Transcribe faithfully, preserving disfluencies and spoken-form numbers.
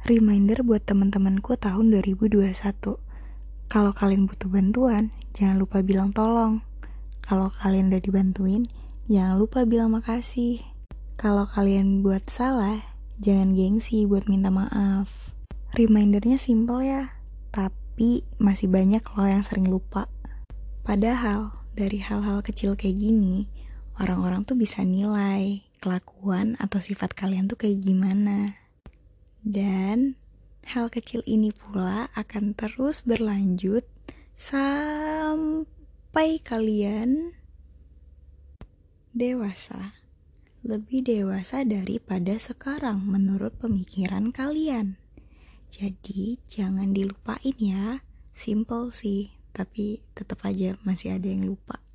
Reminder buat teman-temanku tahun dua ribu dua puluh satu. Kalau kalian butuh bantuan, jangan lupa bilang tolong. Kalau kalian udah dibantuin, jangan lupa bilang makasih. Kalau kalian buat salah, jangan gengsi buat minta maaf. Remindernya simple ya, tapi masih banyak loh yang sering lupa. Padahal, dari hal-hal kecil kayak gini, orang-orang tuh bisa nilai kelakuan atau sifat kalian tuh kayak gimana. Dan hal kecil ini pula akan terus berlanjut sampai kalian dewasa. Lebih dewasa daripada sekarang menurut pemikiran kalian. Jadi jangan dilupain ya. Simple sih, tapi tetap aja masih ada yang lupa.